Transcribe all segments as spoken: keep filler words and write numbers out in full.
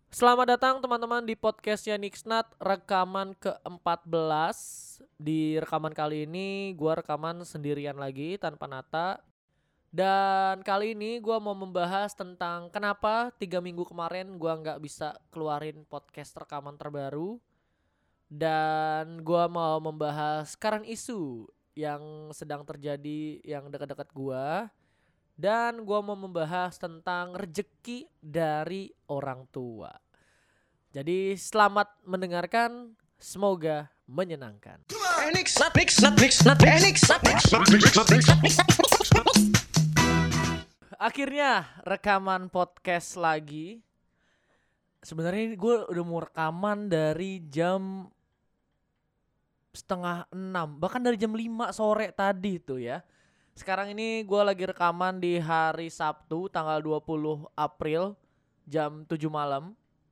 Selamat datang teman-teman di podcastnya Nixnat rekaman keempat belas. Di rekaman kali ini gue rekaman sendirian lagi tanpa Nata. Dan kali ini gue mau membahas tentang kenapa tiga minggu kemarin gue gak bisa keluarin podcast rekaman terbaru. Dan gue mau membahas current issue yang sedang terjadi yang dekat-dekat gue. Dan gue mau membahas tentang rejeki dari orang tua. Jadi selamat mendengarkan, semoga menyenangkan. Akhirnya rekaman podcast lagi. Sebenarnya gue udah mau rekaman dari jam setengah enam, bahkan dari jam lima sore tadi tuh ya. Sekarang ini gue lagi rekaman di hari Sabtu tanggal dua puluh April jam tujuh malam.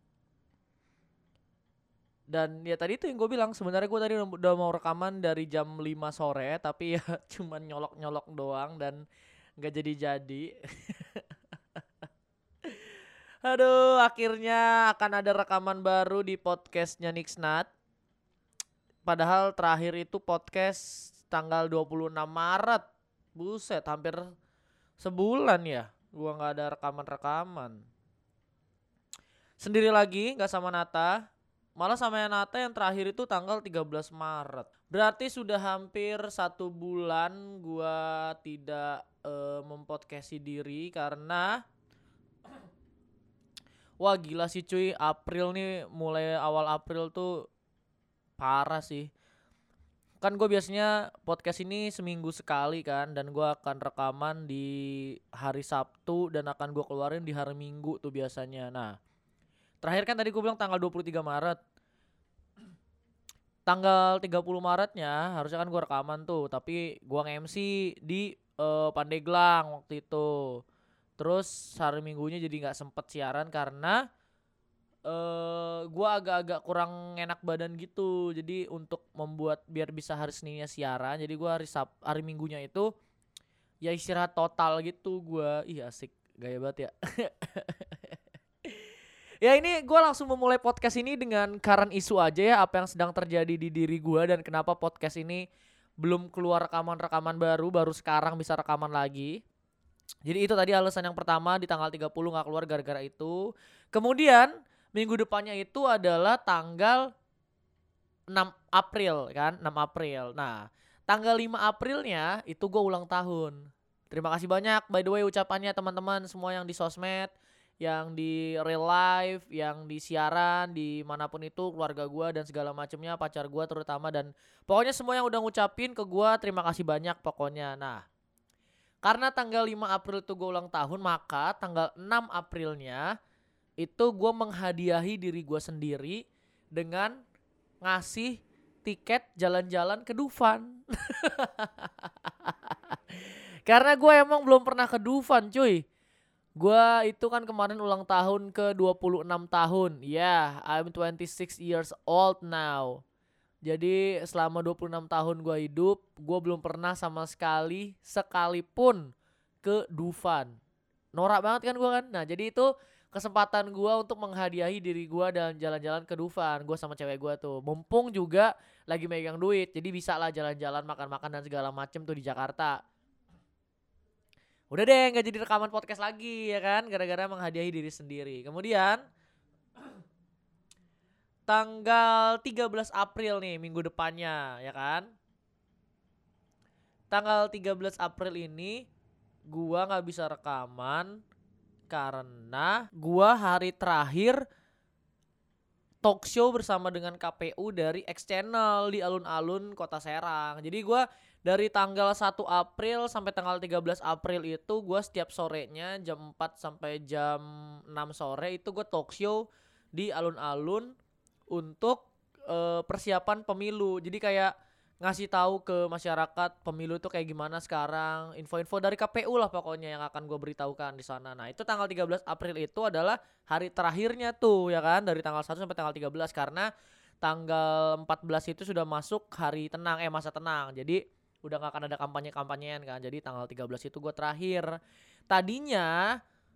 Dan ya tadi itu yang gue bilang, sebenarnya gue tadi udah mau rekaman dari jam lima sore, tapi ya cuman nyolok-nyolok doang dan gak jadi-jadi. Aduh, akhirnya akan ada rekaman baru di podcastnya Nixnat. Padahal terakhir itu podcast tanggal dua puluh enam Maret. Buset, hampir sebulan ya gua gak ada rekaman-rekaman. Sendiri lagi, gak sama Nata. Malah sama Nata yang terakhir itu tanggal tiga belas Maret. Berarti sudah hampir satu bulan gua tidak uh, mempodcasti diri karena wah gila sih cuy, April nih, mulai awal April tuh parah sih. Kan gue biasanya podcast ini seminggu sekali kan, dan gue akan rekaman di hari Sabtu dan akan gue keluarin di hari Minggu tuh biasanya. Nah, terakhir kan tadi gue bilang tanggal dua puluh tiga Maret. Tanggal tiga puluh Maretnya harusnya kan gue rekaman tuh, tapi gue nge-M C di uh, Pandeglang waktu itu. Terus hari Minggunya jadi gak sempet siaran karena Uh, gue agak-agak kurang enak badan gitu. Jadi untuk membuat biar bisa hari Seninnya siaran, jadi gue hari Sab hari Minggunya itu ya istirahat total gitu gue. Ih asik, gaya banget ya. Ya ini gue langsung memulai podcast ini dengan current isu aja ya, apa yang sedang terjadi di diri gue dan kenapa podcast ini belum keluar rekaman-rekaman baru, baru sekarang bisa rekaman lagi. Jadi itu tadi alasan yang pertama, di tanggal tiga puluh gak keluar gara-gara itu. Kemudian minggu depannya itu adalah tanggal enam April kan, enam April. Nah, tanggal lima Aprilnya itu gue ulang tahun. Terima kasih banyak by the way ucapannya teman-teman semua yang di sosmed, yang di real life, yang di siaran, di manapun itu, keluarga gue dan segala macamnya, pacar gue terutama, dan pokoknya semua yang udah ngucapin ke gue terima kasih banyak pokoknya. Nah, karena tanggal lima April itu gue ulang tahun, maka tanggal enam Aprilnya itu gue menghadiahi diri gue sendiri dengan ngasih tiket jalan-jalan ke Dufan. Karena gue emang belum pernah ke Dufan cuy. Gue itu kan kemarin ulang tahun ke dua puluh enam tahun. Ya, yeah, I'm twenty-six years old now. Jadi selama dua puluh enam tahun gue hidup, gue belum pernah sama sekali sekalipun ke Dufan. Norak banget kan gue kan. Nah jadi itu kesempatan gue untuk menghadiahi diri gue dan jalan-jalan ke Dufan. Gue sama cewek gue tuh, mumpung juga lagi megang duit, jadi bisa lah jalan-jalan, makan-makan dan segala macem tuh di Jakarta. Udah deh gak jadi rekaman podcast lagi ya kan, gara-gara menghadiahi diri sendiri. Kemudian tanggal tiga belas April nih, minggu depannya ya kan. Tanggal tiga belas April ini gua gak bisa rekaman karena gua hari terakhir talk show bersama dengan K P U dari X Channel di alun-alun Kota Serang. Jadi gua dari tanggal satu April sampai tanggal tiga belas April itu gua setiap sorenya jam empat sampai jam enam sore itu gua talk show di alun-alun untuk uh, persiapan pemilu. Jadi kayak ngasih tahu ke masyarakat pemilu itu kayak gimana sekarang, info-info dari K P U lah pokoknya yang akan gue beritahukan di sana. Nah, itu tanggal tiga belas April itu adalah hari terakhirnya tuh ya kan, dari tanggal satu sampai tanggal tiga belas, karena tanggal empat belas itu sudah masuk hari tenang eh masa tenang. Jadi udah gak akan ada kampanye-kampanyean kan. Jadi tanggal tiga belas itu gue terakhir. Tadinya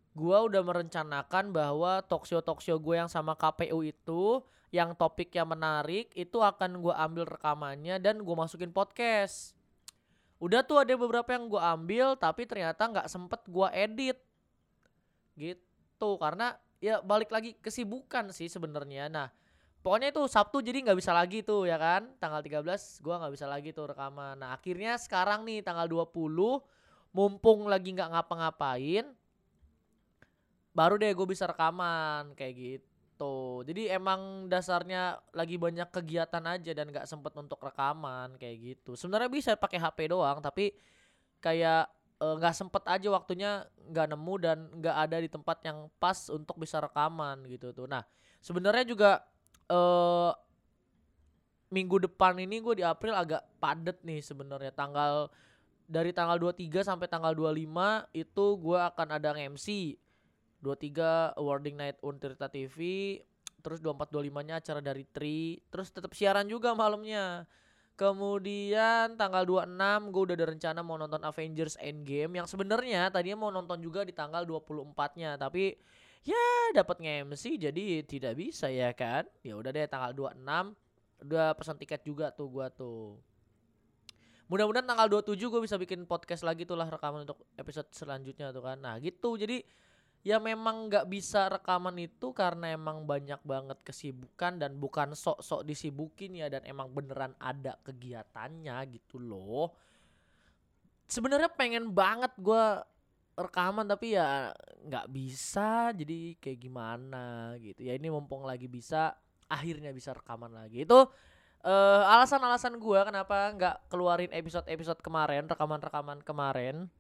gua udah merencanakan bahwa talkshow talkshow gue yang sama K P U itu yang topiknya menarik itu akan gua ambil rekamannya dan gua masukin podcast. Udah tuh ada beberapa yang gua ambil tapi ternyata nggak sempet gua edit gitu karena ya balik lagi kesibukan sih sebenarnya. Nah pokoknya itu Sabtu jadi nggak bisa lagi tuh ya kan, tanggal tiga belas gua nggak bisa lagi tuh rekaman. Nah akhirnya sekarang nih tanggal dua puluh mumpung lagi nggak ngapa-ngapain baru deh gue bisa rekaman kayak gitu. Jadi emang dasarnya lagi banyak kegiatan aja dan nggak sempet untuk rekaman kayak gitu. Sebenarnya bisa pakai H P doang tapi kayak nggak uh, sempet aja waktunya, nggak nemu dan nggak ada di tempat yang pas untuk bisa rekaman gitu tuh. Nah sebenarnya juga uh, minggu depan ini gue di April agak padet nih sebenarnya. Tanggal dari tanggal dua puluh tiga sampai tanggal dua puluh lima itu gue akan ada nge-M C. dua puluh tiga Awarding Night Untirta T V, terus dua puluh empat dua puluh lima-nya acara dari Tri, terus tetap siaran juga malamnya. Kemudian tanggal dua puluh enam gue udah ada rencana mau nonton Avengers Endgame yang sebenarnya tadinya mau nonton juga di tanggal dua puluh empat-nya tapi ya dapat nge-M C jadi tidak bisa ya kan. Ya udah deh tanggal dua puluh enam udah pesan tiket juga tuh gua tuh. Mudah-mudahan tanggal dua puluh tujuh gue bisa bikin podcast lagi tuh lah rekaman untuk episode selanjutnya tuh kan. Nah gitu jadi ya memang gak bisa rekaman itu karena emang banyak banget kesibukan dan bukan sok-sok disibukin ya dan emang beneran ada kegiatannya gitu loh. Sebenarnya pengen banget gue rekaman tapi ya gak bisa jadi kayak gimana gitu. Ya ini mumpung lagi bisa akhirnya bisa rekaman lagi. Itu uh, alasan-alasan gue kenapa gak keluarin episode-episode kemarin, rekaman-rekaman kemarin.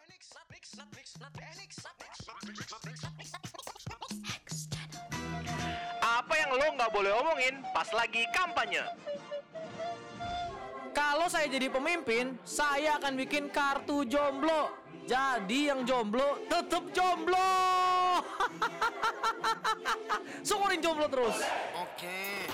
Apa yang lo nggak boleh omongin pas lagi kampanye? Kalau saya jadi pemimpin, saya akan bikin kartu jomblo. Jadi yang jomblo tetap jomblo. Syukurin jomblo terus. Oke.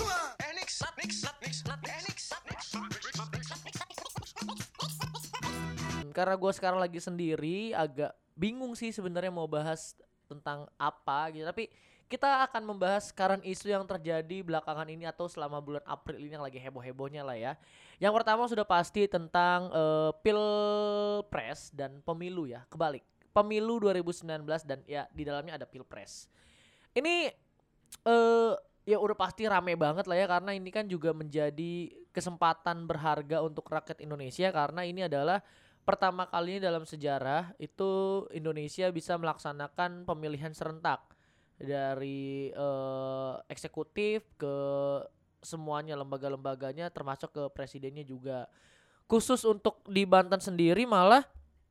Karena gue sekarang lagi sendiri, agak bingung sih sebenarnya mau bahas tentang apa gitu. Tapi kita akan membahas current isu yang terjadi belakangan ini atau selama bulan April ini yang lagi heboh-hebohnya lah ya. Yang pertama sudah pasti tentang uh, pilpres dan pemilu ya. Kebalik, pemilu dua ribu sembilan belas dan ya di dalamnya ada pilpres. Ini uh, ya udah pasti rame banget lah ya karena ini kan juga menjadi kesempatan berharga untuk rakyat Indonesia karena ini adalah pertama kalinya dalam sejarah itu Indonesia bisa melaksanakan pemilihan serentak dari uh, eksekutif ke semuanya lembaga-lembaganya termasuk ke presidennya juga. Khusus untuk di Banten sendiri malah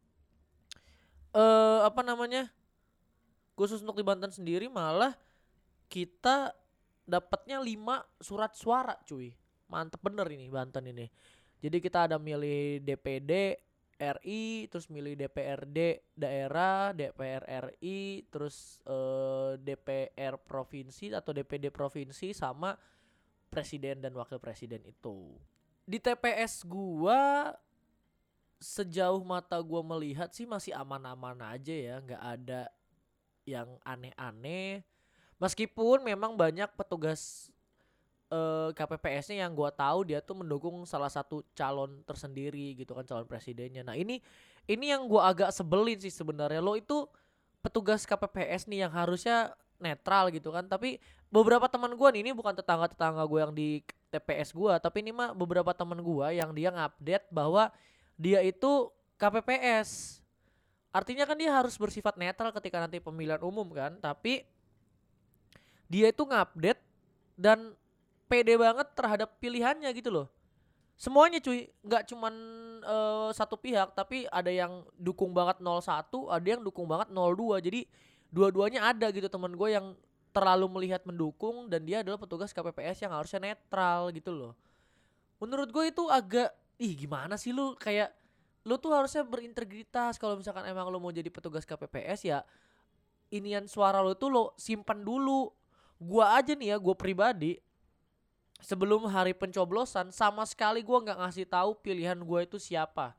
uh, apa namanya? Khusus untuk di Banten sendiri malah kita dapatnya lima surat suara cuy. Mantep bener ini Banten ini. Jadi kita ada milih D P D R I, terus milih D P R D daerah, D P R R I, terus uh, D P R provinsi atau D P D provinsi sama presiden dan wakil presiden itu. Di T P S gua sejauh mata gua melihat sih masih aman-aman aja ya, nggak ada yang aneh-aneh. Meskipun memang banyak petugas Uh, K P P S-nya yang gue tahu dia tuh mendukung salah satu calon tersendiri gitu kan, calon presidennya. Nah ini ini yang gue agak sebelin sih sebenarnya. Lo itu petugas K P P S nih yang harusnya netral gitu kan, tapi beberapa teman gue nih, ini bukan tetangga-tetangga gue yang di T P S gue, tapi ini mah beberapa teman gue yang dia ngupdate bahwa dia itu K P P S. Artinya kan dia harus bersifat netral ketika nanti pemilihan umum kan, tapi dia itu ngupdate dan pede banget terhadap pilihannya gitu loh. Semuanya cuy, gak cuman uh, satu pihak, tapi ada yang dukung banget nol satu, ada yang dukung banget nol dua. Jadi dua-duanya ada gitu temen gue yang terlalu melihat mendukung dan dia adalah petugas K P P S yang harusnya netral gitu loh. Menurut gue itu agak, ih gimana sih lu, kayak lu tuh harusnya berintegritas kalau misalkan emang lu mau jadi petugas K P P S ya. Inian suara lu tuh lo simpan dulu. Gua aja nih ya, gue pribadi sebelum hari pencoblosan sama sekali gue nggak ngasih tahu pilihan gue itu siapa.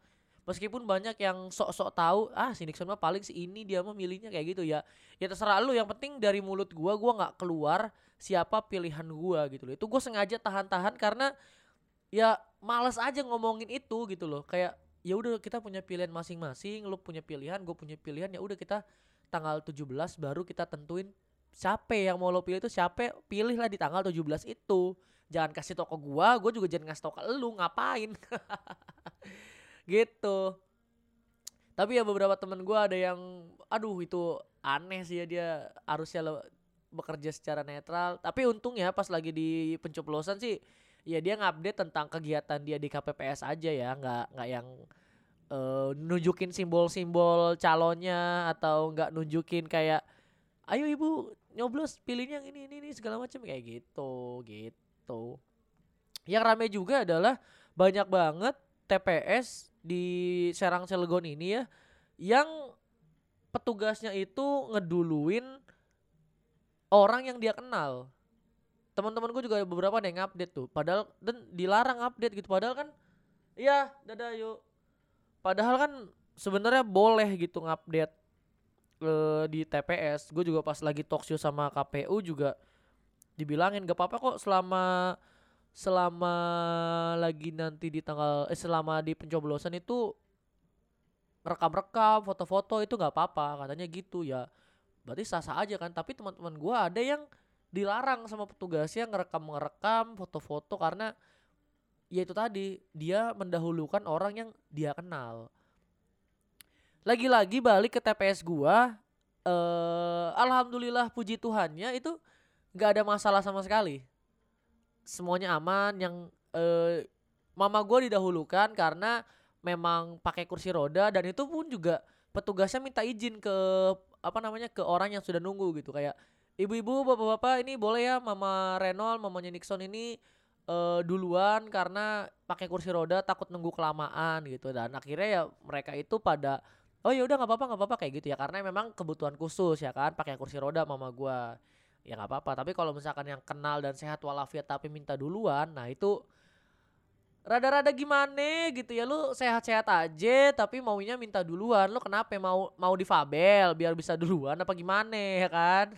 Meskipun banyak yang sok-sok tahu, ah si Nixon mah paling si ini dia mah milihnya kayak gitu ya. Ya terserah lu, yang penting dari mulut gua gua nggak keluar siapa pilihan gua gitu loh. Itu gua sengaja tahan-tahan karena ya males aja ngomongin itu gitu loh. Kayak ya udah kita punya pilihan masing-masing, lu punya pilihan, gue punya pilihan, ya udah kita tanggal tujuh belas baru kita tentuin siapa yang mau lo pilih, itu siapa, pilihlah di tanggal tujuh belas itu. Jangan kasih tau ke gua, gua juga jangan ngasih tau ke lu, ngapain. Gitu. Tapi ya beberapa temen gua ada yang aduh itu aneh sih ya, dia harusnya lo bekerja secara netral. Tapi untungnya pas lagi di pencoblosan sih ya dia ngupdate tentang kegiatan dia di K P P S aja ya, nggak nggak yang uh, nunjukin simbol-simbol calonnya atau nggak nunjukin kayak ayo ibu nyoblos pilihnya yang ini ini, ini segala macam kayak gitu gitu. Yang rame juga adalah banyak banget T P S di Serang Cilegon ini ya yang petugasnya itu ngeduluin orang yang dia kenal. Teman-teman gue juga ada beberapa ada yang update tuh, padahal dan dilarang update gitu, padahal kan iya dadah yuk, padahal kan sebenarnya boleh gitu ngupdate uh, di T P S. Gue juga pas lagi talkshow sama K P U juga dibilangin gak apa-apa kok selama selama lagi nanti di tanggal eh selama di pencoblosan itu rekam-rekam foto-foto itu nggak apa-apa katanya gitu ya. Berarti sah-sah aja kan. Tapi teman-teman gue ada yang dilarang sama petugasnya ngerekam-ngerekam foto-foto karena ya itu tadi dia mendahulukan orang yang dia kenal. Lagi-lagi balik ke T P S gua, eh, alhamdulillah puji Tuhannya itu nggak ada masalah sama sekali. Semuanya aman. Yang eh, mama gua didahulukan karena memang pakai kursi roda, dan itu pun juga petugasnya minta izin ke apa namanya ke orang yang sudah nunggu gitu, kayak ibu-ibu, bapak-bapak, ini boleh ya Mama Renol, mamanya Nixon ini uh, duluan karena pakai kursi roda takut nunggu kelamaan gitu. Dan akhirnya ya mereka itu pada oh ya udah nggak apa-apa nggak apa-apa kayak gitu ya, karena memang kebutuhan khusus ya kan pakai kursi roda mama gua. Ya nggak apa-apa. Tapi kalau misalkan yang kenal dan sehat walafiat tapi minta duluan, nah itu rada-rada gimana gitu ya, lu sehat-sehat aja tapi maunya minta duluan, lu kenapa mau mau difabel biar bisa duluan apa gimana ya kan?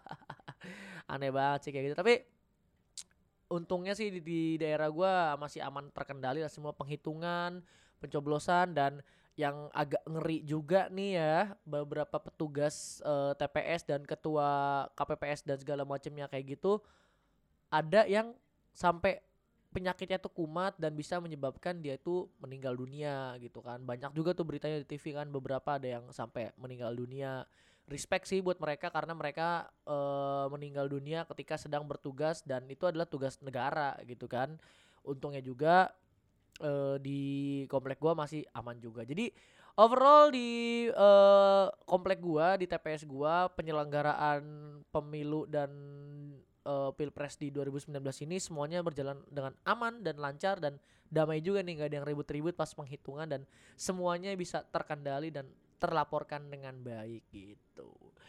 Aneh banget sih kayak gitu. Tapi untungnya sih di, di daerah gua masih aman terkendali lah semua penghitungan, pencoblosan. Dan yang agak ngeri juga nih ya, beberapa petugas uh, T P S dan ketua K P P S dan segala macamnya kayak gitu ada yang sampai penyakitnya tuh kumat dan bisa menyebabkan dia itu meninggal dunia gitu kan. Banyak juga tuh beritanya di T V kan, beberapa ada yang sampai meninggal dunia. Respect sih buat mereka karena mereka uh, meninggal dunia ketika sedang bertugas dan itu adalah tugas negara gitu kan. Untungnya juga uh, di komplek gua masih aman juga. Jadi overall di uh, komplek gua, di T P S gua, penyelenggaraan pemilu dan Uh, Pilpres di dua ribu sembilan belas ini semuanya berjalan dengan aman dan lancar dan damai juga nih, gak ada yang ribut-ribut pas penghitungan dan semuanya bisa terkendali dan terlaporkan dengan baik gitu.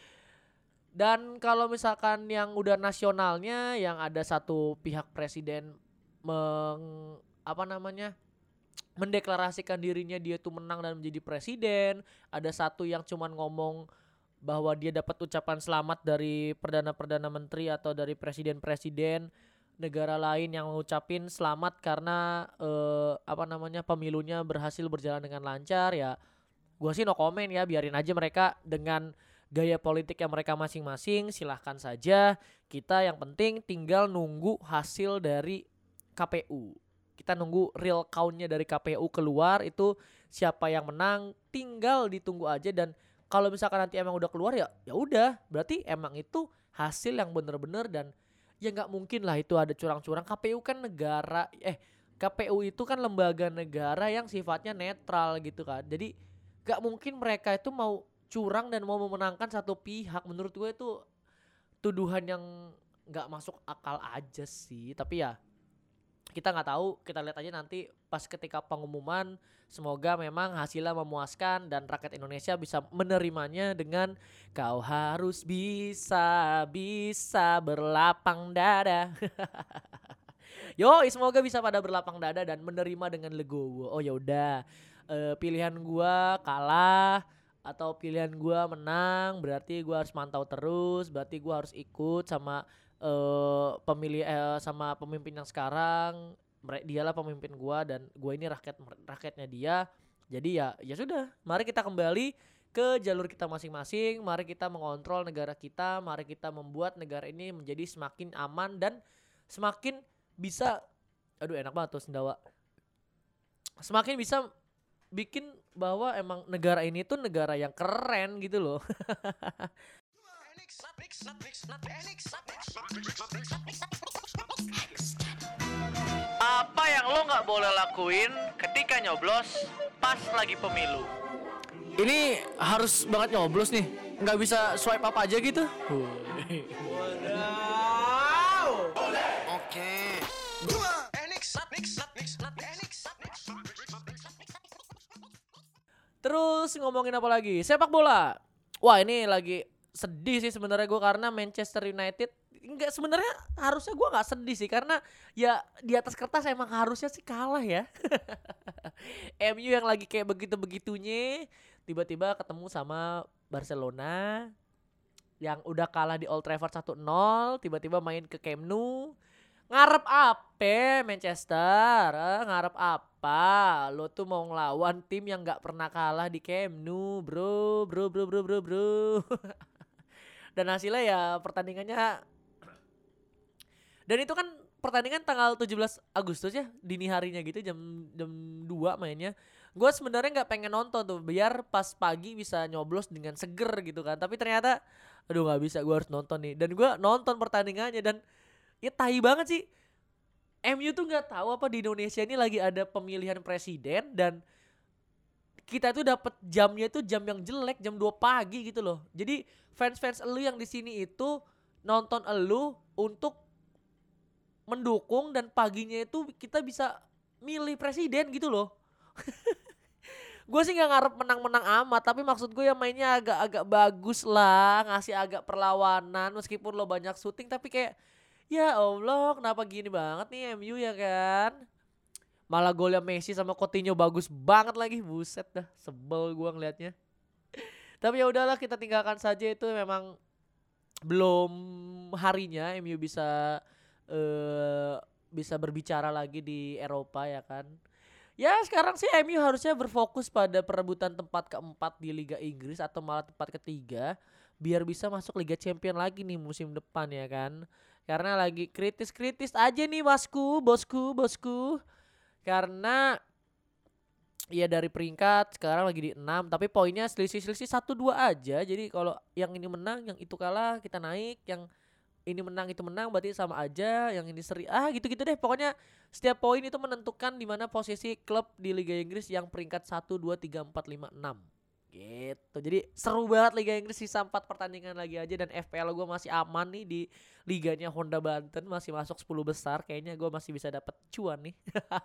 Dan kalau misalkan yang udah nasionalnya, yang ada satu pihak presiden meng apa namanya mendeklarasikan dirinya dia tuh menang dan menjadi presiden, ada satu yang cuman ngomong bahwa dia dapat ucapan selamat dari perdana-perdana menteri atau dari presiden-presiden negara lain yang mengucapin selamat karena eh, apa namanya pemilunya berhasil berjalan dengan lancar. Ya gua sih no comment ya, biarin aja mereka dengan gaya politik yang mereka masing-masing, silahkan saja. Kita yang penting tinggal nunggu hasil dari K P U. Kita nunggu real count-nya dari K P U keluar, itu siapa yang menang tinggal ditunggu aja. Dan kalau misalkan nanti emang udah keluar ya ya udah berarti emang itu hasil yang bener-bener, dan ya nggak mungkin lah itu ada curang-curang. K P U kan negara eh K P U itu kan lembaga negara yang sifatnya netral gitu kan. Jadi nggak mungkin mereka itu mau curang dan mau memenangkan satu pihak. Menurut gue itu tuduhan yang nggak masuk akal aja sih. Tapi ya kita nggak tahu, kita lihat aja nanti pas ketika pengumuman. Semoga memang hasilnya memuaskan dan rakyat Indonesia bisa menerimanya dengan kau harus bisa bisa berlapang dada. Yo, semoga bisa pada berlapang dada dan menerima dengan legowo. Oh ya udah, eh, pilihan gua kalah atau pilihan gua menang, berarti gua harus mantau terus, berarti gua harus ikut sama eh pemilih eh, sama pemimpin yang sekarang. Mere- Dialah pemimpin gua dan gua ini rakyat rakyatnya dia. Jadi ya ya sudah, mari kita kembali ke jalur kita masing-masing, mari kita mengontrol negara kita, mari kita membuat negara ini menjadi semakin aman dan semakin bisa, aduh enak banget tuh sendawa, semakin bisa bikin bahwa emang negara ini tuh negara yang keren gitu loh. Apa yang lo nggak boleh lakuin ketika nyoblos pas lagi pemilu? Ini harus banget nyoblos nih, nggak bisa swipe up aja gitu. Oke. Terus ngomongin apa lagi? Sepak bola. Wah ini lagi sedih sih sebenarnya gue karena Manchester United enggak, sebenarnya harusnya gue nggak sedih sih karena ya di atas kertas emang harusnya sih kalah ya. M U yang lagi kayak begitu-begitunya tiba-tiba ketemu sama Barcelona yang udah kalah di Old Trafford satu nol, tiba-tiba main ke Camp Nou. Ngarep apa Manchester? Eh, ngarep apa? Lo tuh mau ngelawan tim yang gak pernah kalah di Camp Nou, bro, bro, bro, bro, bro, bro. Dan hasilnya ya pertandingannya. Dan itu kan pertandingan tanggal tujuh belas Agustus ya, dini harinya gitu, jam jam dua mainnya. Gue sebenarnya nggak pengen nonton tuh, biar pas pagi bisa nyoblos dengan seger gitu kan. Tapi ternyata, aduh nggak bisa, gue harus nonton nih. Dan gue nonton pertandingannya dan ya tai banget sih. M U tuh nggak tahu apa di Indonesia ini lagi ada pemilihan presiden dan kita tuh dapat jamnya itu jam yang jelek, jam dua pagi gitu loh. Jadi fans-fans elu yang di sini itu nonton elu untuk mendukung dan paginya itu kita bisa milih presiden gitu loh. Gue sih nggak ngarep menang-menang amat, tapi maksud gue ya mainnya agak-agak bagus lah, ngasih agak perlawanan meskipun lo banyak syuting, tapi kayak ya Allah kenapa gini banget nih M U ya kan. Malah golnya Messi sama Coutinho bagus banget lagi, buset dah, sebel gue ngelihatnya. Tapi ya udahlah, kita tinggalkan saja, itu memang belum harinya M U bisa uh, bisa berbicara lagi di Eropa ya kan. Ya sekarang sih M U harusnya berfokus pada perebutan tempat keempat di Liga Inggris atau malah tempat ketiga biar bisa masuk Liga Champion lagi nih musim depan ya kan. Karena lagi kritis-kritis aja nih bosku, bosku, bosku. Karena ya dari peringkat sekarang lagi di enam, tapi poinnya selisih-selisih satu dua aja. Jadi kalau yang ini menang, yang itu kalah, kita naik. Yang ini menang itu menang berarti sama aja, yang ini seri ah gitu-gitu deh. Pokoknya setiap poin itu menentukan di mana posisi klub di Liga Inggris yang peringkat satu, dua, tiga, empat, lima, enam gitu. Jadi seru banget Liga Inggris, sisa empat pertandingan lagi aja. Dan F P L gue masih aman nih di liganya Honda Banten, masih masuk sepuluh besar. Kayaknya gue masih bisa dapat cuan nih.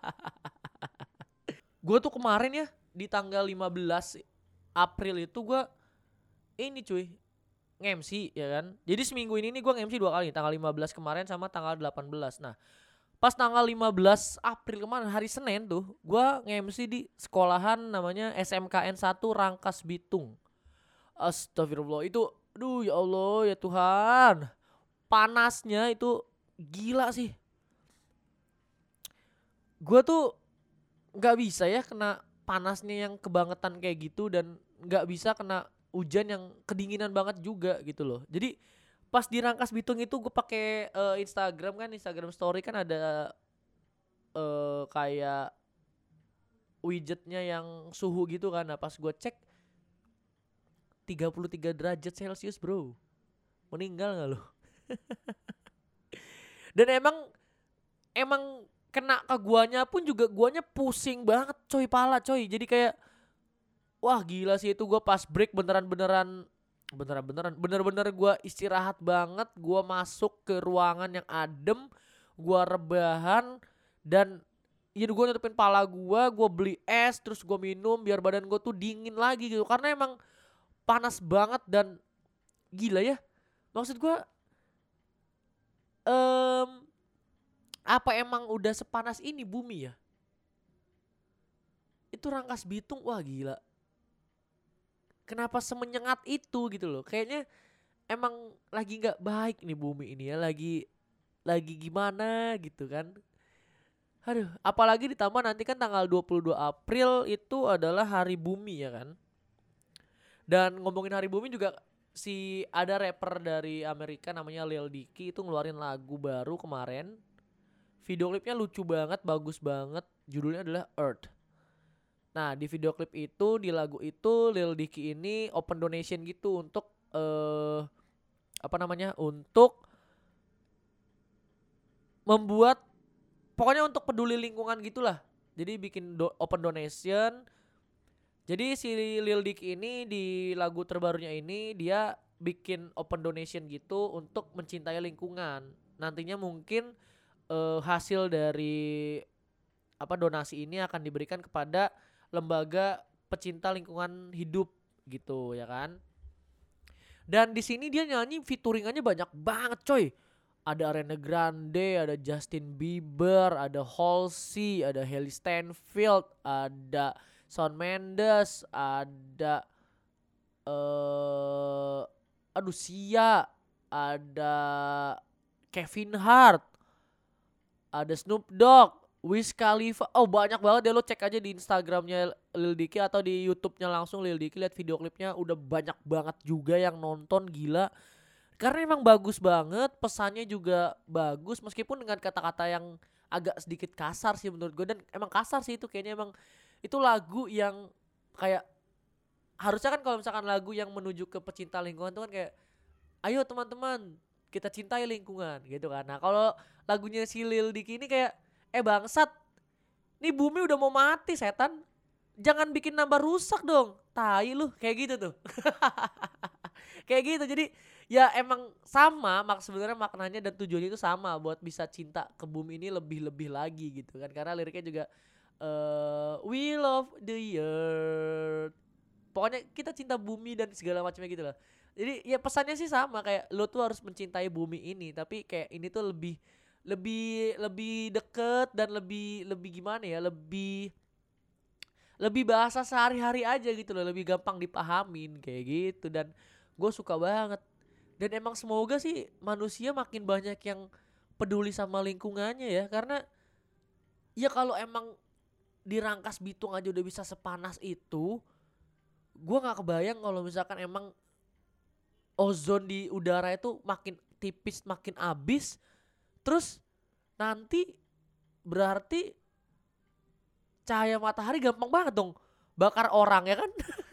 Gue tuh kemarin ya di tanggal lima belas April itu gue ini cuy nge-M C ya kan. Jadi seminggu ini nih gue nge-M C dua kali, tanggal lima belas kemarin sama tanggal delapan belas. Nah pas tanggal lima belas April kemarin hari Senin tuh gue nge-M C di sekolahan namanya S M K N satu Rangkas Bitung. Astagfirullah, itu aduh ya Allah ya Tuhan, panasnya itu gila sih. Gue tuh gak bisa ya kena panasnya yang kebangetan kayak gitu, dan gak bisa kena hujan yang kedinginan banget juga gitu loh. Jadi pas di Rangkas Bitung itu gue pakai uh, Instagram kan, Instagram story kan ada uh, kayak widgetnya yang suhu gitu kan. Nah pas gue cek tiga puluh tiga derajat Celcius bro, meninggal gak lo? Dan emang emang kena ke guanya pun juga guanya pusing banget coy, pala coy. Jadi kayak wah gila sih itu, gue pas break beneran-beneran beneran-beneran bener-bener gue istirahat banget. Gue masuk ke ruangan yang adem, gue rebahan, dan ya gue nutupin pala gue, gue beli es terus gue minum biar badan gue tuh dingin lagi gitu, karena emang panas banget. Dan gila ya, maksud gue um, Apa emang udah sepanas ini bumi ya? Itu Rangkas Bitung, wah gila. Kenapa semenyengat itu gitu loh? Kayaknya emang lagi nggak baik nih bumi ini ya, lagi lagi gimana gitu kan. Aduh, apalagi ditambah nanti kan tanggal dua puluh dua April itu adalah Hari Bumi ya kan. Dan ngomongin Hari Bumi juga si ada rapper dari Amerika namanya Lil Dicky itu ngeluarin lagu baru kemarin. Video klipnya lucu banget, bagus banget. Judulnya adalah Earth. Nah, di video klip itu, di lagu itu Lil Dicky ini open donation gitu untuk eh apa namanya? Untuk membuat pokoknya untuk peduli lingkungan gitulah. Jadi bikin do, open donation. Jadi si Lil Dicky ini di lagu terbarunya ini dia bikin open donation gitu untuk mencintai lingkungan. Nantinya mungkin uh, hasil dari apa donasi ini akan diberikan kepada lembaga pecinta lingkungan hidup gitu ya kan. Dan di sini dia nyanyi featuringannya banyak banget coy. Ada Ariana Grande, ada Justin Bieber, ada Halsey, ada Hailey Steinfeld, ada Shawn Mendes, ada uh, aduh Sia, ada Kevin Hart, ada Snoop Dogg, Wiz Khalifa. Oh banyak banget deh, lo cek aja di Instagramnya Lil Dicky atau di YouTube-nya langsung Lil Dicky, lihat video klipnya udah banyak banget juga yang nonton, gila. Karena emang bagus banget, pesannya juga bagus meskipun dengan kata-kata yang agak sedikit kasar sih menurut gue. Dan emang kasar sih itu, kayaknya emang itu lagu yang kayak harusnya kan kalau misalkan lagu yang menuju ke pecinta lingkungan itu kan kayak ayo teman-teman kita cintai lingkungan gitu kan. Nah kalau lagunya si Lil Dicky ini kayak eh bangsat, nih bumi udah mau mati setan, jangan bikin nambah rusak dong, tai lu, kayak gitu tuh. Kayak gitu. Jadi ya emang sama mak sebenarnya maknanya dan tujuannya itu sama buat bisa cinta ke bumi ini lebih-lebih lagi gitu kan. Karena liriknya juga uh, we love the earth. Pokoknya kita cinta bumi dan segala macamnya gitu loh. Jadi ya pesannya sih sama, kayak lo tuh harus mencintai bumi ini, tapi kayak ini tuh lebih lebih lebih deket dan lebih lebih gimana ya, lebih lebih bahasa sehari-hari aja gitu loh, lebih gampang dipahamin kayak gitu. Dan gue suka banget. Dan emang semoga sih manusia makin banyak yang peduli sama lingkungannya ya. Karena ya kalau emang di Rangkas Bitung aja udah bisa sepanas itu, gue gak kebayang kalau misalkan emang ozon di udara itu makin tipis, makin abis. Terus nanti berarti cahaya matahari gampang banget dong bakar orang ya kan.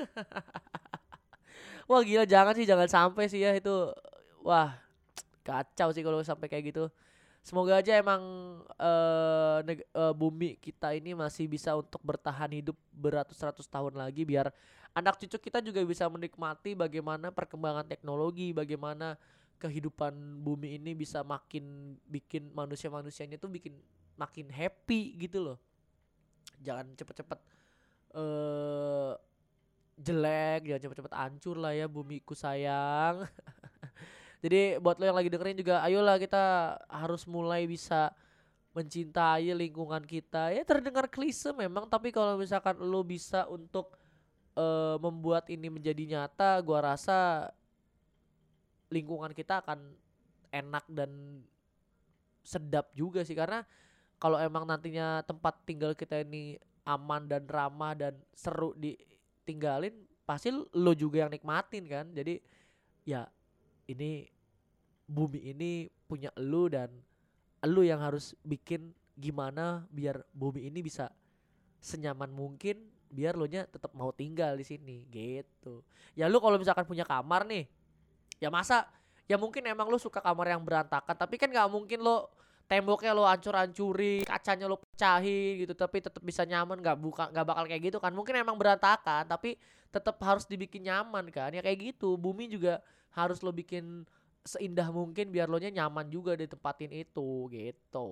Wah gila, jangan sih, jangan sampai sih ya itu. Wah kacau sih kalau sampai kayak gitu. Semoga aja emang uh, neg- uh, bumi kita ini masih bisa untuk bertahan hidup beratus-ratus tahun lagi, biar anak cucu kita juga bisa menikmati bagaimana perkembangan teknologi, bagaimana kehidupan bumi ini bisa makin bikin manusia-manusianya tuh bikin makin happy gitu loh. Jangan cepet-cepet uh, jelek, jangan cepet-cepet hancur lah ya bumiku sayang. Jadi buat lo yang lagi dengerin juga, ayolah kita harus mulai bisa mencintai lingkungan kita. Ya terdengar klise memang, tapi kalau misalkan lo bisa untuk uh, membuat ini menjadi nyata, gua rasa lingkungan kita akan enak dan sedap juga sih. Karena kalau emang nantinya tempat tinggal kita ini aman dan ramah dan seru ditinggalin, pasti lo juga yang nikmatin kan. Jadi ya ini bumi ini punya elu, dan elu yang harus bikin gimana biar bumi ini bisa senyaman mungkin, biar lo nya tetap mau tinggal di sini gitu. Ya lu kalau misalkan punya kamar nih, ya masa ya mungkin emang lo suka kamar yang berantakan, tapi kan nggak mungkin lo temboknya lo hancur-hancurin, kacanya lo pecahin gitu tapi tetap bisa nyaman, nggak buka nggak bakal kayak gitu kan. Mungkin emang berantakan tapi tetap harus dibikin nyaman kan. Ya kayak gitu, bumi juga harus lo bikin seindah mungkin biar lo nya nyaman juga ditempatin itu gitu.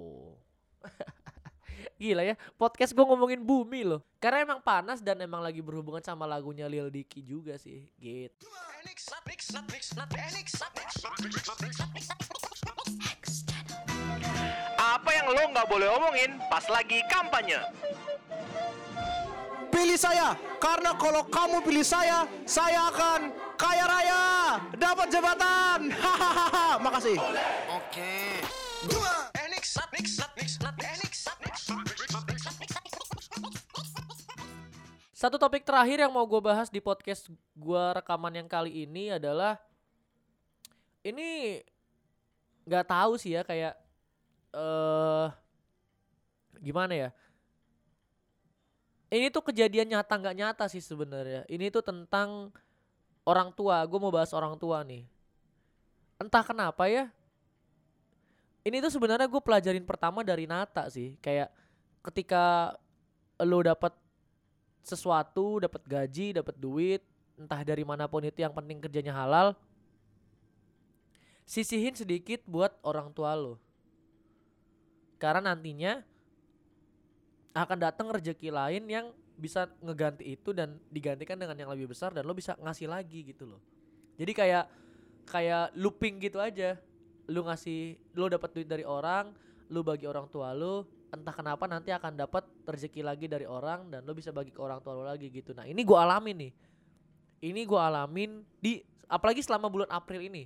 Gila ya, podcast gue ngomongin bumi loh. Karena emang panas dan emang lagi berhubungan sama lagunya Lil Dicky juga sih gitu. Apa yang yang lo nggak boleh omongin pas lagi kampanye? Pilih saya, karena kalau kamu pilih saya, saya akan kaya raya, dapat jabatan. Hahaha, makasih. Oke. Eh, Nix, Nix, Nix, eh, Nix, Nix. Satu topik terakhir yang mau gue bahas di podcast gue rekaman yang kali ini adalah ini nggak tahu sih ya kayak eh uh, gimana ya? Ini tuh kejadian nyata nggak nyata sih sebenarnya. Ini tuh tentang orang tua. Gue mau bahas orang tua nih. Entah kenapa ya. Ini tuh sebenarnya gue pelajarin pertama dari Nata sih. Kayak ketika lo dapat sesuatu, dapat gaji, dapat duit, entah dari manapun itu, yang penting kerjanya halal, sisihin sedikit buat orang tua lo. Karena nantinya akan datang rezeki lain yang bisa ngeganti itu dan digantikan dengan yang lebih besar dan lo bisa ngasih lagi gitu loh. Jadi kayak kayak looping gitu aja. Lo ngasih, lo dapat duit dari orang, lo bagi orang tua lo, entah kenapa nanti akan dapat rezeki lagi dari orang dan lo bisa bagi ke orang tua lo lagi gitu. Nah ini gue alamin nih. Ini gue alamin di, apalagi selama bulan April ini.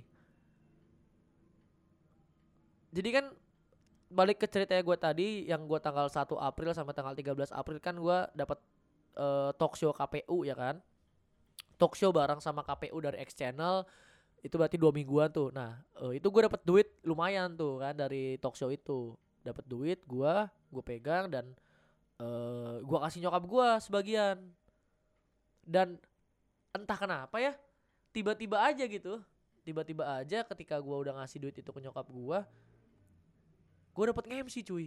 Jadi kan balik ke ceritanya gue tadi, yang gue tanggal satu April sampai tanggal tiga belas April kan gue dapat uh, talk show K P U ya kan. Talk show bareng sama K P U dari X Channel. Itu berarti dua mingguan tuh. Nah uh, itu gue dapat duit lumayan tuh kan dari talk show itu. Dapat duit gue, gue pegang dan uh, gue kasih nyokap gue sebagian. Dan entah kenapa ya, tiba-tiba aja gitu, tiba-tiba aja ketika gue udah ngasih duit itu ke nyokap gue, gue dapet nge-M C cuy.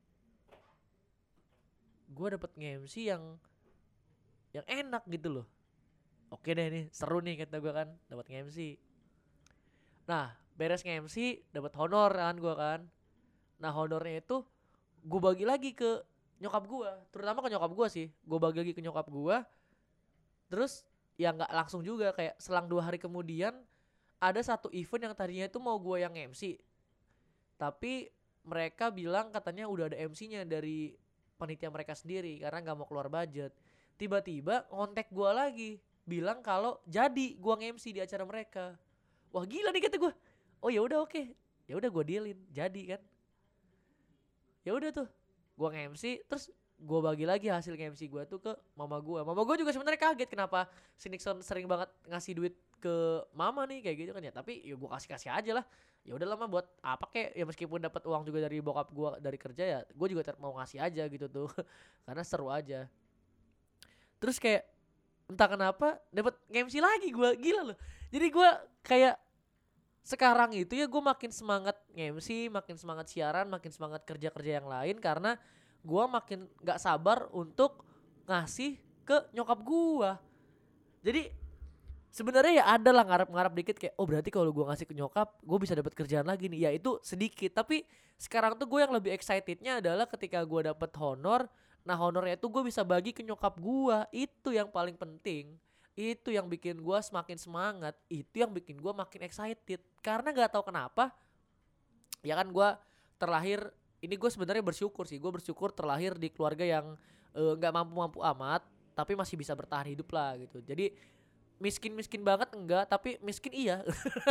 Gue dapet nge-M C yang yang enak gitu loh. Oke deh nih, seru nih kata gue kan, dapat nge-M C. Nah beres nge-M C, dapat honor kan gue kan. Nah honornya itu gue bagi lagi ke nyokap gue, terutama ke nyokap gue sih. Gue bagi lagi ke nyokap gue. Terus ya nggak langsung juga, kayak selang dua hari kemudian ada satu event yang tadinya itu mau gue yang M C, tapi mereka bilang katanya udah ada M C-nya dari panitia mereka sendiri karena nggak mau keluar budget. Tiba-tiba ngontek gue lagi, bilang kalau jadi gue nge-M C di acara mereka. Wah gila nih kata gue. Oh ya udah oke, ya udah gue dealin, jadi kan. Ya udah tuh, gue nge-M C, terus gue bagi lagi hasil nge-M C gue tuh ke mama gue. Mama gue juga sebenarnya kaget kenapa si Nixon sering banget ngasih duit ke mama nih kayak gitu kan ya. Tapi ya gue kasih-kasih aja lah. Ya udah lama buat apa kek, ya meskipun dapat uang juga dari bokap gue dari kerja ya, gue juga ter- mau ngasih aja gitu tuh. Karena seru aja. Terus kayak entah kenapa dapat nge-M C lagi gue, gila loh. Jadi gue kayak sekarang itu ya gue makin semangat nge-M C, makin semangat siaran, makin semangat kerja-kerja yang lain karena gue makin gak sabar untuk ngasih ke nyokap gue. Jadi sebenarnya ya ada lah ngarep-ngarep dikit kayak oh berarti kalau gue ngasih ke nyokap gue bisa dapat kerjaan lagi nih. Ya itu sedikit, tapi sekarang tuh gue yang lebih excitednya adalah ketika gue dapet honor. Nah honornya itu gue bisa bagi ke nyokap gue. Itu yang paling penting. Itu yang bikin gue semakin semangat. Itu yang bikin gue makin excited. Karena gak tahu kenapa, ya kan gue terlahir, ini gue sebenarnya bersyukur sih. Gue bersyukur terlahir di keluarga yang uh, gak mampu-mampu amat, tapi masih bisa bertahan hidup lah gitu. Jadi miskin-miskin banget enggak, tapi miskin iya.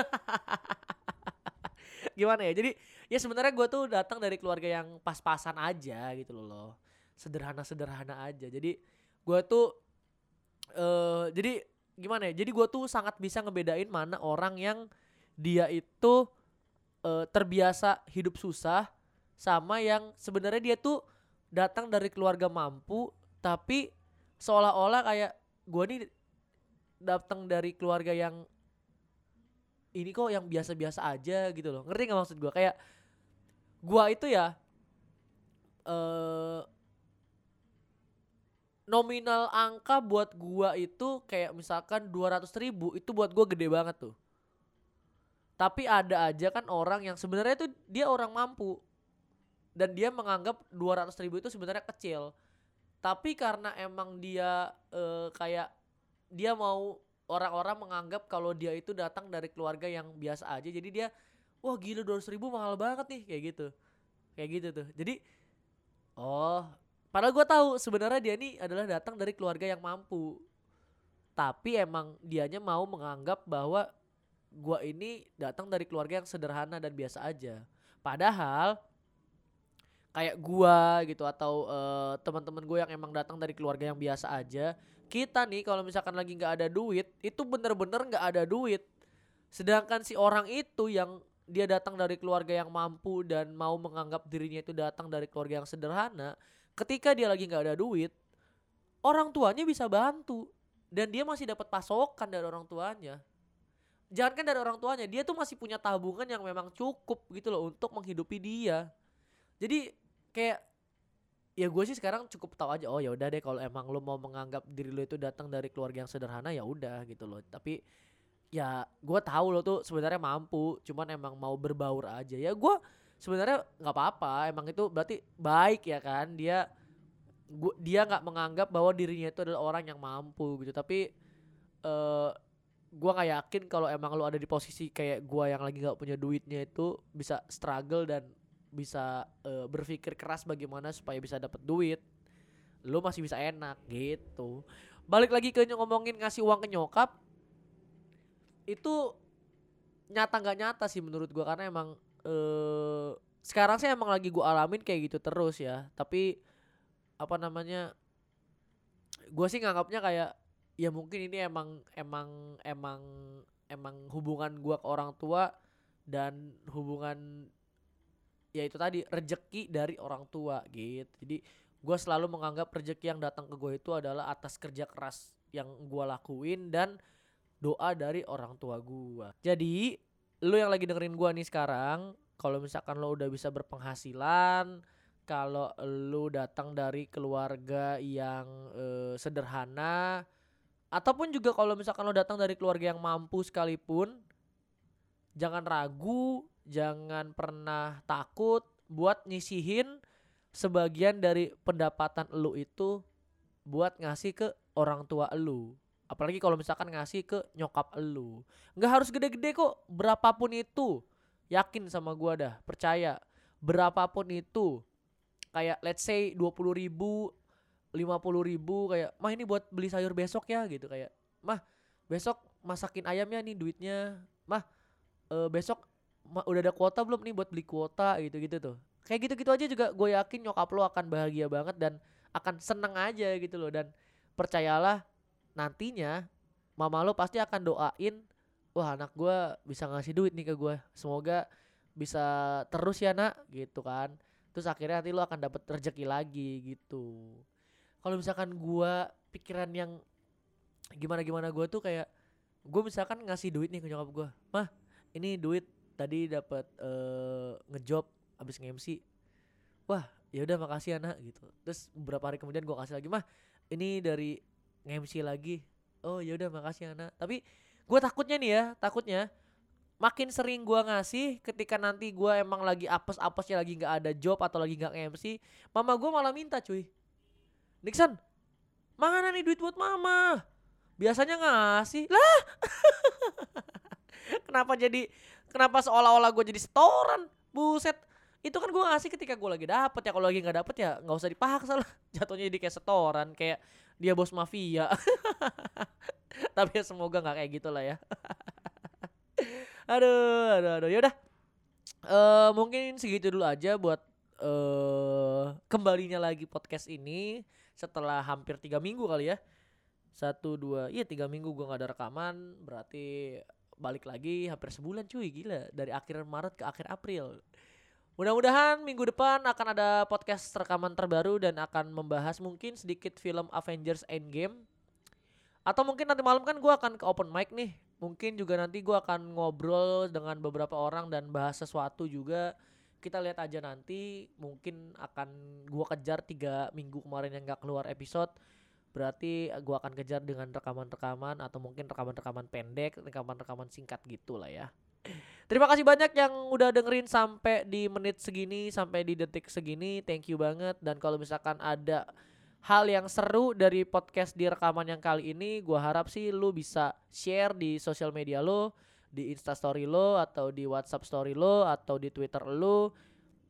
Gimana ya, jadi ya sebenarnya gue tuh datang dari keluarga yang pas-pasan aja gitu loh. Sederhana-sederhana aja. Jadi gue tuh Uh, jadi gimana ya? Jadi gue tuh sangat bisa ngebedain mana orang yang dia itu uh, terbiasa hidup susah sama yang sebenarnya dia tuh datang dari keluarga mampu tapi seolah-olah kayak gue nih datang dari keluarga yang ini kok yang biasa-biasa aja gitu loh. Ngerti nggak maksud gue? Kayak gue itu ya uh, nominal angka buat gua itu kayak misalkan dua ratus ribu itu buat gua gede banget tuh. Tapi ada aja kan orang yang sebenarnya tuh dia orang mampu dan dia menganggap dua ratus ribu itu sebenarnya kecil. Tapi karena emang dia e, kayak dia mau orang-orang menganggap kalau dia itu datang dari keluarga yang biasa aja, jadi dia wah gila dua ratus ribu mahal banget nih kayak gitu. Kayak gitu tuh. Jadi oh, padahal gue tahu sebenarnya dia ini adalah datang dari keluarga yang mampu. Tapi emang dianya mau menganggap bahwa gue ini datang dari keluarga yang sederhana dan biasa aja. Padahal kayak gua gitu atau uh, teman-teman gue yang emang datang dari keluarga yang biasa aja, kita nih kalau misalkan lagi nggak ada duit itu bener-bener nggak ada duit. Sedangkan si orang itu yang dia datang dari keluarga yang mampu dan mau menganggap dirinya itu datang dari keluarga yang sederhana, ketika dia lagi nggak ada duit, orang tuanya bisa bantu dan dia masih dapat pasokan dari orang tuanya. Jangankan dari orang tuanya, dia tuh masih punya tabungan yang memang cukup gitu loh untuk menghidupi dia. Jadi kayak ya gue sih sekarang cukup tahu aja, oh ya udah deh kalau emang lo mau menganggap diri lo itu datang dari keluarga yang sederhana ya udah gitu loh. Tapi ya gue tahu lo tuh sebenarnya mampu, cuman emang mau berbaur aja. Ya gue sebenarnya nggak apa-apa, emang itu berarti baik ya kan, dia gua, dia nggak menganggap bahwa dirinya itu adalah orang yang mampu gitu. Tapi uh, gue nggak yakin kalau emang lo ada di posisi kayak gue yang lagi nggak punya duitnya itu bisa struggle dan bisa uh, berpikir keras bagaimana supaya bisa dapat duit, lo masih bisa enak gitu. Balik lagi ke ngomongin ngasih uang ke nyokap, itu nyata nggak nyata sih menurut gue, karena emang uh, sekarang sih emang lagi gue alamin kayak gitu terus ya. Tapi apa namanya, gue sih nganggapnya kayak ya mungkin ini emang emang emang emang hubungan gue ke orang tua dan hubungan ya itu tadi rejeki dari orang tua gitu. Jadi gue selalu menganggap rejeki yang datang ke gue itu adalah atas kerja keras yang gue lakuin dan doa dari orang tua gue. Jadi lu yang lagi dengerin gue nih sekarang, kalau misalkan lo udah bisa berpenghasilan, kalau lu datang dari keluarga yang eh, sederhana, ataupun juga kalau misalkan lo datang dari keluarga yang mampu sekalipun, jangan ragu, jangan pernah takut buat nyisihin sebagian dari pendapatan lu itu buat ngasih ke orang tua lu. Apalagi kalau misalkan ngasih ke nyokap lu. Nggak harus gede-gede kok, berapapun itu. Yakin sama gua dah, percaya. Berapapun itu. Kayak let's say dua puluh ribu, lima puluh ribu, kayak mah ini buat beli sayur besok ya gitu. Kayak mah besok masakin ayamnya nih duitnya. Mah e, besok ma, udah ada kuota belum nih buat beli kuota gitu-gitu tuh. Kayak gitu-gitu aja juga gue yakin nyokap lo akan bahagia banget dan akan seneng aja gitu loh. Dan percayalah nantinya mama lo pasti akan doain, wah anak gue bisa ngasih duit nih ke gue, semoga bisa terus ya nak gitu kan. Terus akhirnya nanti lo akan dapat rezeki lagi gitu. Kalau misalkan gue pikiran yang gimana-gimana gue tuh kayak, gue misalkan ngasih duit nih ke nyokap gue, mah ini duit tadi dapat uh, ngejob abis nge-M C, wah ya udah makasih anak gitu. Terus beberapa hari kemudian gue kasih lagi, mah ini dari nge-M C lagi, oh ya udah makasih anak. Tapi gue takutnya nih ya, takutnya makin sering gue ngasih, ketika nanti gue emang lagi apes-apesnya, lagi nggak ada job atau lagi nggak nge-M C, mama gue malah minta cuy, Nixon mana nih duit buat mama, biasanya ngasih lah. Kenapa jadi, kenapa seolah-olah gue jadi setoran, buset. Itu kan gue ngasih ketika gue lagi dapet ya, kalau lagi nggak dapet ya nggak usah dipaksa lah. Jatuhnya jadi kayak setoran, kayak dia bos mafia. Tapi ya semoga nggak kayak gitulah ya. aduh, aduh, aduh, yaudah. Uh, mungkin segitu dulu aja buat uh, kembalinya lagi podcast ini setelah hampir tiga minggu kali ya. Satu dua, iya tiga minggu gue nggak ada rekaman, berarti balik lagi hampir sebulan cuy, gila, dari akhir Maret ke akhir April. Mudah-mudahan minggu depan akan ada podcast rekaman terbaru dan akan membahas mungkin sedikit film Avengers Endgame. Atau mungkin nanti malam kan gue akan ke open mic nih. Mungkin juga nanti gue akan ngobrol dengan beberapa orang dan bahas sesuatu juga. Kita lihat aja nanti. Mungkin akan gue kejar tiga minggu kemarin yang gak keluar episode. Berarti gue akan kejar dengan rekaman-rekaman atau mungkin rekaman-rekaman pendek, rekaman-rekaman singkat gitu lah ya. Terima kasih banyak yang udah dengerin sampai di menit segini, sampai di detik segini. Thank you banget. Dan kalau misalkan ada hal yang seru dari podcast di rekaman yang kali ini, gua harap sih lu bisa share di sosial media lu, di Instastory lu, atau di WhatsApp story lu, atau di Twitter lu.